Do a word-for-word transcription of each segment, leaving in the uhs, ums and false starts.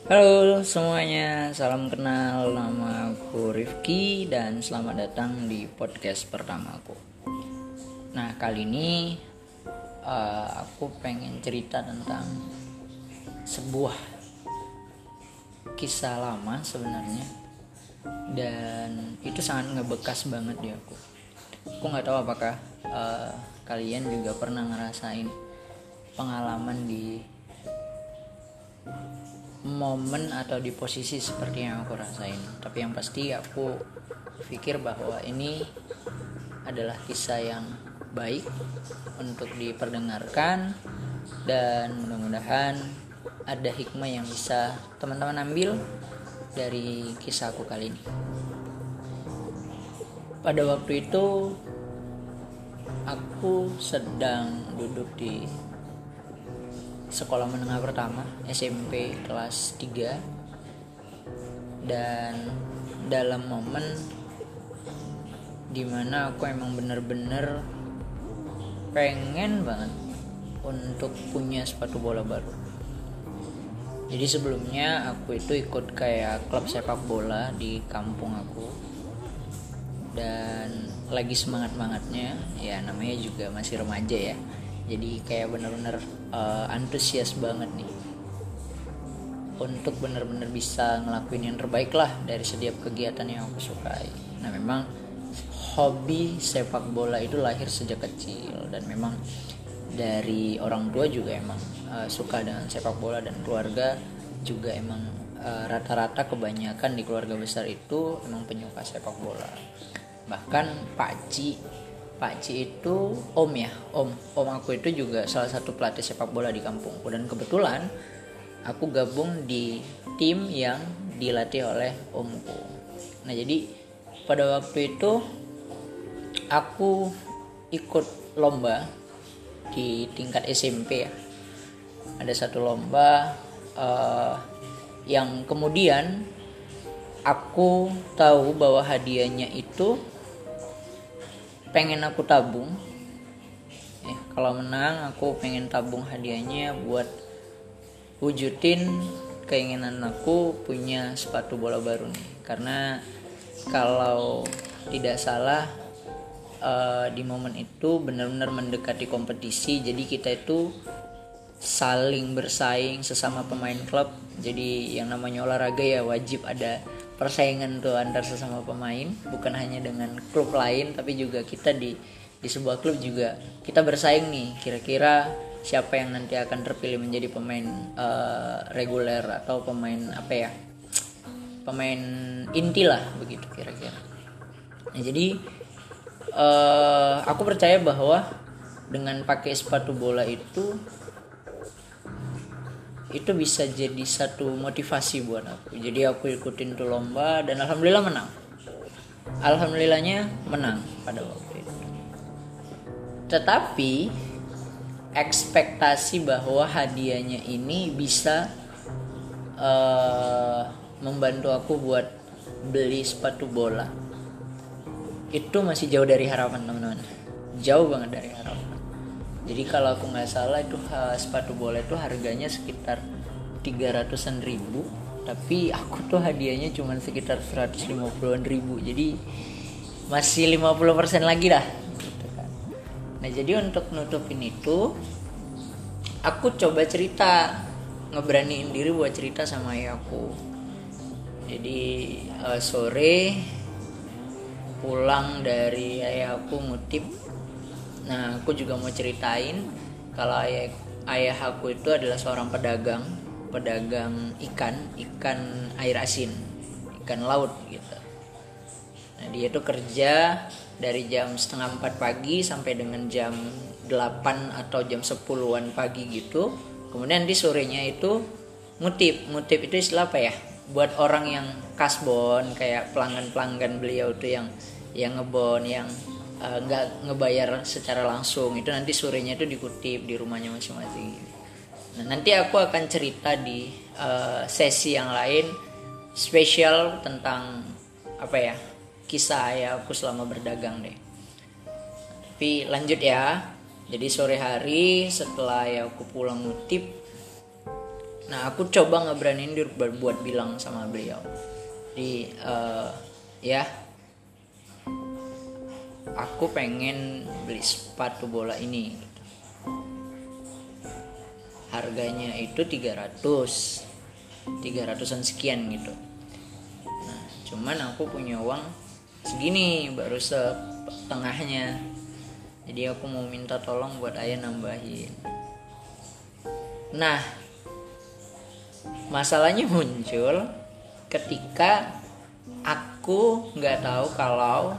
Halo semuanya, salam kenal, nama aku Rifki dan selamat datang di podcast pertamaku. Nah kali ini uh, aku pengen cerita tentang sebuah kisah lama sebenarnya, dan itu sangat ngebekas banget di aku. Aku nggak tahu apakah uh, kalian juga pernah ngerasain pengalaman di momen atau di posisi seperti yang aku rasain. Tapi yang pasti aku pikir bahwa ini adalah kisah yang baik untuk diperdengarkan, dan mudah-mudahan ada hikmah yang bisa teman-teman ambil dari kisah aku kali ini. Pada waktu itu aku sedang duduk di sekolah menengah pertama S M P kelas tiga, dan dalam momen dimana aku emang bener-bener pengen banget untuk punya sepatu bola baru. Jadi sebelumnya aku itu ikut kayak klub sepak bola di kampung aku, dan lagi semangat-semangatnya, ya namanya juga masih remaja ya, jadi kayak bener-bener uh, antusias banget nih untuk bener-bener bisa ngelakuin yang terbaik lah dari setiap kegiatan yang aku sukai. Nah memang hobi sepak bola itu lahir sejak kecil, dan memang dari orang tua juga emang uh, suka dengan sepak bola, dan keluarga juga emang uh, rata-rata kebanyakan di keluarga besar itu emang penyuka sepak bola. Bahkan Pak Ci Pak Ci itu om ya, om om aku itu juga salah satu pelatih sepak bola di kampungku, dan kebetulan aku gabung di tim yang dilatih oleh omku. Nah jadi pada waktu itu aku ikut lomba di tingkat S M P ya. Ada satu lomba uh, yang kemudian aku tahu bahwa hadiahnya itu pengen aku tabung ya, kalau menang aku pengen tabung hadiahnya buat wujudin keinginan aku punya sepatu bola baru nih. Karena kalau tidak salah uh, di momen itu benar-benar mendekati kompetisi, jadi kita itu saling bersaing sesama pemain klub. Jadi yang namanya olahraga ya wajib ada persaingan tuh antar sesama pemain, bukan hanya dengan klub lain, tapi juga kita di di sebuah klub juga kita bersaing nih, kira-kira siapa yang nanti akan terpilih menjadi pemain uh, reguler atau pemain apa ya, pemain inti lah begitu kira-kira. Nah jadi uh, aku percaya bahwa dengan pakai sepatu bola itu itu bisa jadi satu motivasi buat aku. Jadi aku ikutin tuh lomba, dan alhamdulillah menang. Alhamdulillahnya menang pada waktu itu. Tetapi ekspektasi bahwa hadiahnya ini bisa uh, membantu aku buat beli sepatu bola itu masih jauh dari harapan teman-teman. Jauh banget dari harapan. Jadi kalau aku nggak salah itu uh, sepatu bola itu harganya sekitar tiga ratusan ribu, tapi aku tuh hadiahnya cuma sekitar seratus lima puluhan ribu. Jadi masih lima puluh persen lagi dah gitu kan. Nah jadi untuk nutupin itu aku coba cerita, ngeberaniin diri buat cerita sama ayahku. Jadi uh, sore pulang dari ayahku ngutip. Nah aku juga mau ceritain kalau ayah, ayah aku itu adalah seorang pedagang pedagang ikan ikan air asin, ikan laut gitu. Nah dia tuh kerja dari jam setengah empat pagi sampai dengan jam delapan atau jam sepuluhan pagi gitu. Kemudian di sorenya itu ngutip ngutip itu istilah apa ya, buat orang yang kasbon, kayak pelanggan-pelanggan beliau tuh yang yang ngebon, yang nggak uh, ngebayar secara langsung, itu nanti sorenya itu dikutip di rumahnya masing-masing. Nah nanti aku akan cerita di uh, sesi yang lain spesial tentang apa ya, kisah ayah aku selama berdagang deh. Tapi lanjut ya. Jadi sore hari setelah ayah aku pulang ngutip, Nah aku coba ngeberaniin diri buat bilang sama beliau di uh, ya aku pengen beli sepatu bola ini, harganya itu tiga ratus tiga ratusan sekian gitu. Nah cuman aku punya uang segini, baru setengahnya, jadi aku mau minta tolong buat ayah nambahin. Nah masalahnya muncul ketika aku nggak tahu kalau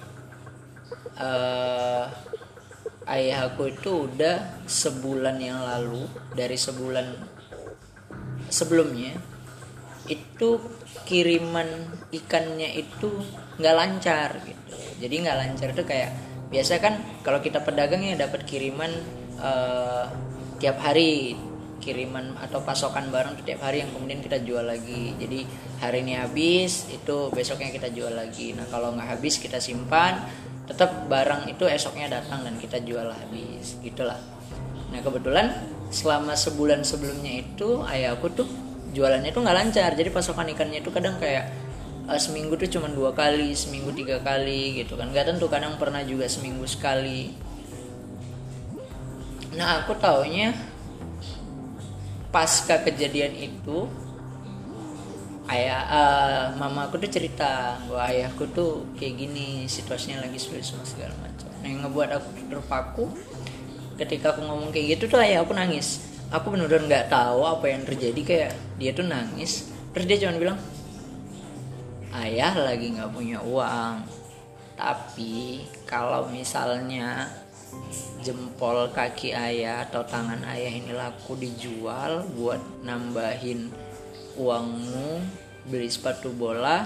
uh, ayah aku itu udah sebulan yang lalu, dari sebulan sebelumnya itu kiriman ikannya itu nggak lancar gitu. Jadi nggak lancar itu kayak biasa kan kalau kita pedagang ya dapat kiriman uh, tiap hari, kiriman atau pasokan barang tuh tiap hari yang kemudian kita jual lagi. Jadi hari ini habis, itu besoknya kita jual lagi. Nah kalau nggak habis kita simpan, tetap barang itu esoknya datang dan kita jual habis, gitulah. Nah kebetulan selama sebulan sebelumnya itu ayah aku tuh jualannya tuh nggak lancar. Jadi pasokan ikannya itu kadang kayak uh, seminggu tuh cuma dua kali, seminggu tiga kali gitu kan. Nggak tentu, kadang pernah juga seminggu sekali. Nah aku taunya pasca kejadian itu ayah uh, mama aku tuh cerita bahwa ayahku tuh kayak gini, situasinya lagi sulit sama segala macam. Nah yang ngebuat aku terpaku ketika aku ngomong kayak gitu tuh ayah aku nangis. Aku benar-benar nggak tahu apa yang terjadi, kayak dia tuh nangis terus dia cuma bilang, ayah lagi nggak punya uang, tapi kalau misalnya jempol kaki ayah atau tangan ayah ini laku dijual buat nambahin uangmu beli sepatu bola,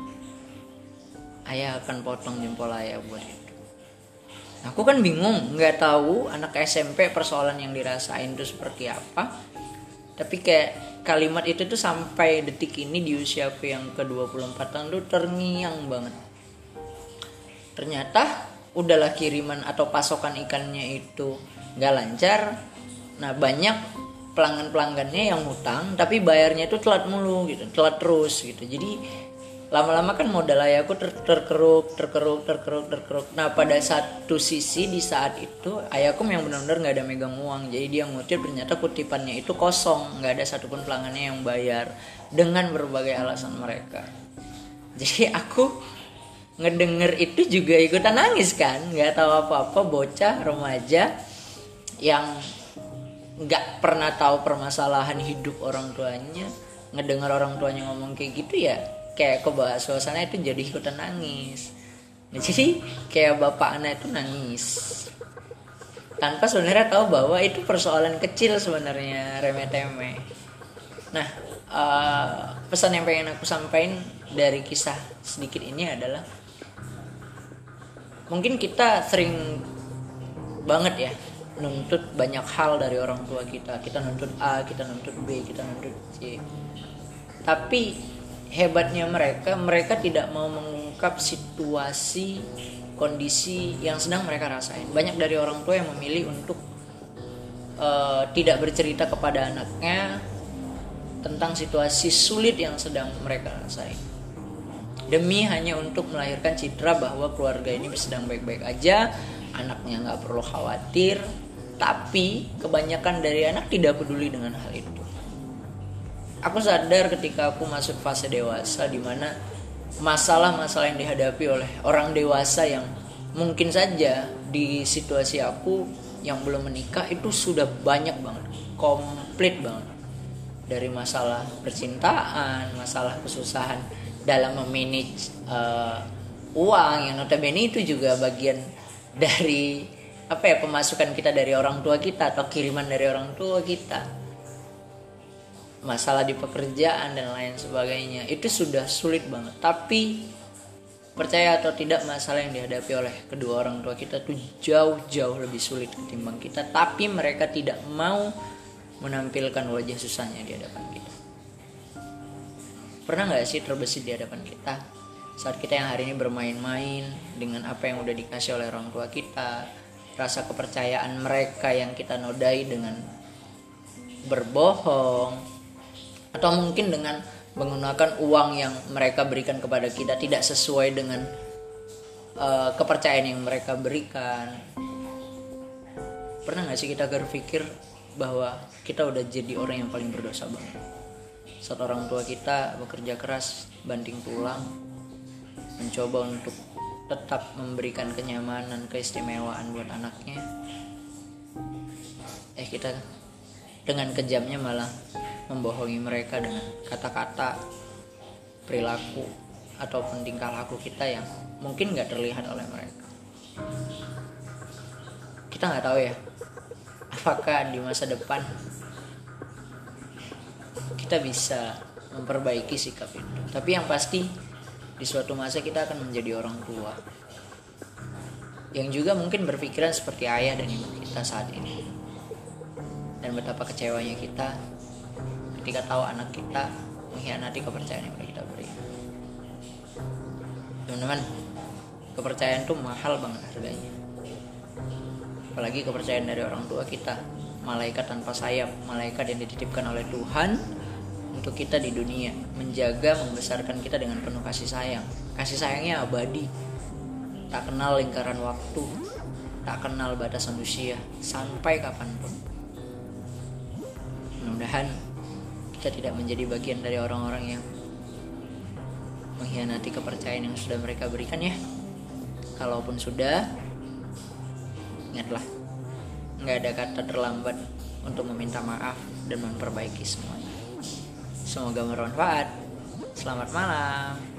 ayah akan potong jempol ayah buat itu. Aku kan bingung, nggak tahu anak S M P persoalan yang dirasain itu seperti apa. Tapi kayak kalimat itu tuh sampai detik ini di usia aku yang ke dua puluh empat tahun tuh terngiang banget. Ternyata udahlah kiriman atau pasokan ikannya itu nggak lancar. Nah banyak pelanggan-pelanggannya yang hutang tapi bayarnya itu telat mulu gitu, telat terus gitu. Jadi lama-lama kan modal ayahku ter- terkeruk, terkeruk, terkeruk, terkeruk. Nah pada satu sisi di saat itu ayahku yang benar-benar nggak ada megang uang. Jadi dia ngutip, ternyata kutipannya itu kosong, nggak ada satupun pelanggannya yang bayar dengan berbagai alasan mereka. Jadi aku ngedenger itu juga ikutan nangis kan, nggak tahu apa-apa, bocah remaja yang nggak pernah tahu permasalahan hidup orang tuanya, ngedengar orang tuanya ngomong kayak gitu ya kayak kebawa suasana itu jadi ikutan nangis. Nah, jadi kayak bapak anak itu nangis tanpa sebenarnya tahu bahwa itu persoalan kecil sebenarnya, remeh-temeh. Nah uh, pesan yang pengen aku sampaikan dari kisah sedikit ini adalah mungkin kita sering banget ya nuntut banyak hal dari orang tua kita. Kita nuntut A, kita nuntut B, kita nuntut C. Tapi hebatnya mereka, mereka tidak mau mengungkap situasi, kondisi yang sedang mereka rasain. Banyak dari orang tua yang memilih untuk uh, tidak bercerita kepada anaknya tentang situasi sulit yang sedang mereka rasain, demi hanya untuk melahirkan citra bahwa keluarga ini sedang baik-baik aja, anaknya gak perlu khawatir. Tapi kebanyakan dari anak tidak peduli dengan hal itu. Aku sadar ketika aku masuk fase dewasa, di mana masalah-masalah yang dihadapi oleh orang dewasa yang mungkin saja di situasi aku yang belum menikah itu sudah banyak banget, komplit banget. Dari masalah percintaan, masalah kesusahan dalam memanage uh, uang yang notabene itu juga bagian dari apa ya, pemasukan kita dari orang tua kita atau kiriman dari orang tua kita. Masalah di pekerjaan dan lain sebagainya itu sudah sulit banget. Tapi percaya atau tidak, masalah yang dihadapi oleh kedua orang tua kita tuh jauh-jauh lebih sulit ketimbang kita. Tapi mereka tidak mau menampilkan wajah susahnya di hadapan kita. Pernah gak sih terbesit di hadapan kita saat kita yang hari ini bermain-main dengan apa yang udah dikasih oleh orang tua kita, rasa kepercayaan mereka yang kita nodai dengan berbohong, atau mungkin dengan menggunakan uang yang mereka berikan kepada kita tidak sesuai dengan uh, kepercayaan yang mereka berikan. Pernah gak sih kita berpikir bahwa kita udah jadi orang yang paling berdosa banget saat orang tua kita bekerja keras banting tulang mencoba untuk tetap memberikan kenyamanan, keistimewaan buat anaknya, eh kita dengan kejamnya malah membohongi mereka dengan kata-kata, perilaku ataupun tingkah laku kita yang mungkin gak terlihat oleh mereka. Kita gak tahu ya, apakah di masa depan kita bisa memperbaiki sikap itu. Tapi yang pasti di suatu masa kita akan menjadi orang tua yang juga mungkin berpikiran seperti ayah dan ibu kita saat ini. Dan betapa kecewanya kita ketika tahu anak kita mengkhianati kepercayaan yang udah kita beri. Teman-teman, kepercayaan tuh mahal banget harganya. Apalagi kepercayaan dari orang tua kita, malaikat tanpa sayap, malaikat yang dititipkan oleh Tuhan untuk kita di dunia, menjaga, membesarkan kita dengan penuh kasih sayang. Kasih sayangnya abadi, tak kenal lingkaran waktu, tak kenal batasan usia, sampai kapanpun. Mudah-mudahan kita tidak menjadi bagian dari orang-orang yang mengkhianati kepercayaan yang sudah mereka berikan ya. Kalaupun sudah, ingatlah, gak ada kata terlambat untuk meminta maaf dan memperbaiki semuanya. Semoga bermanfaat. Selamat malam.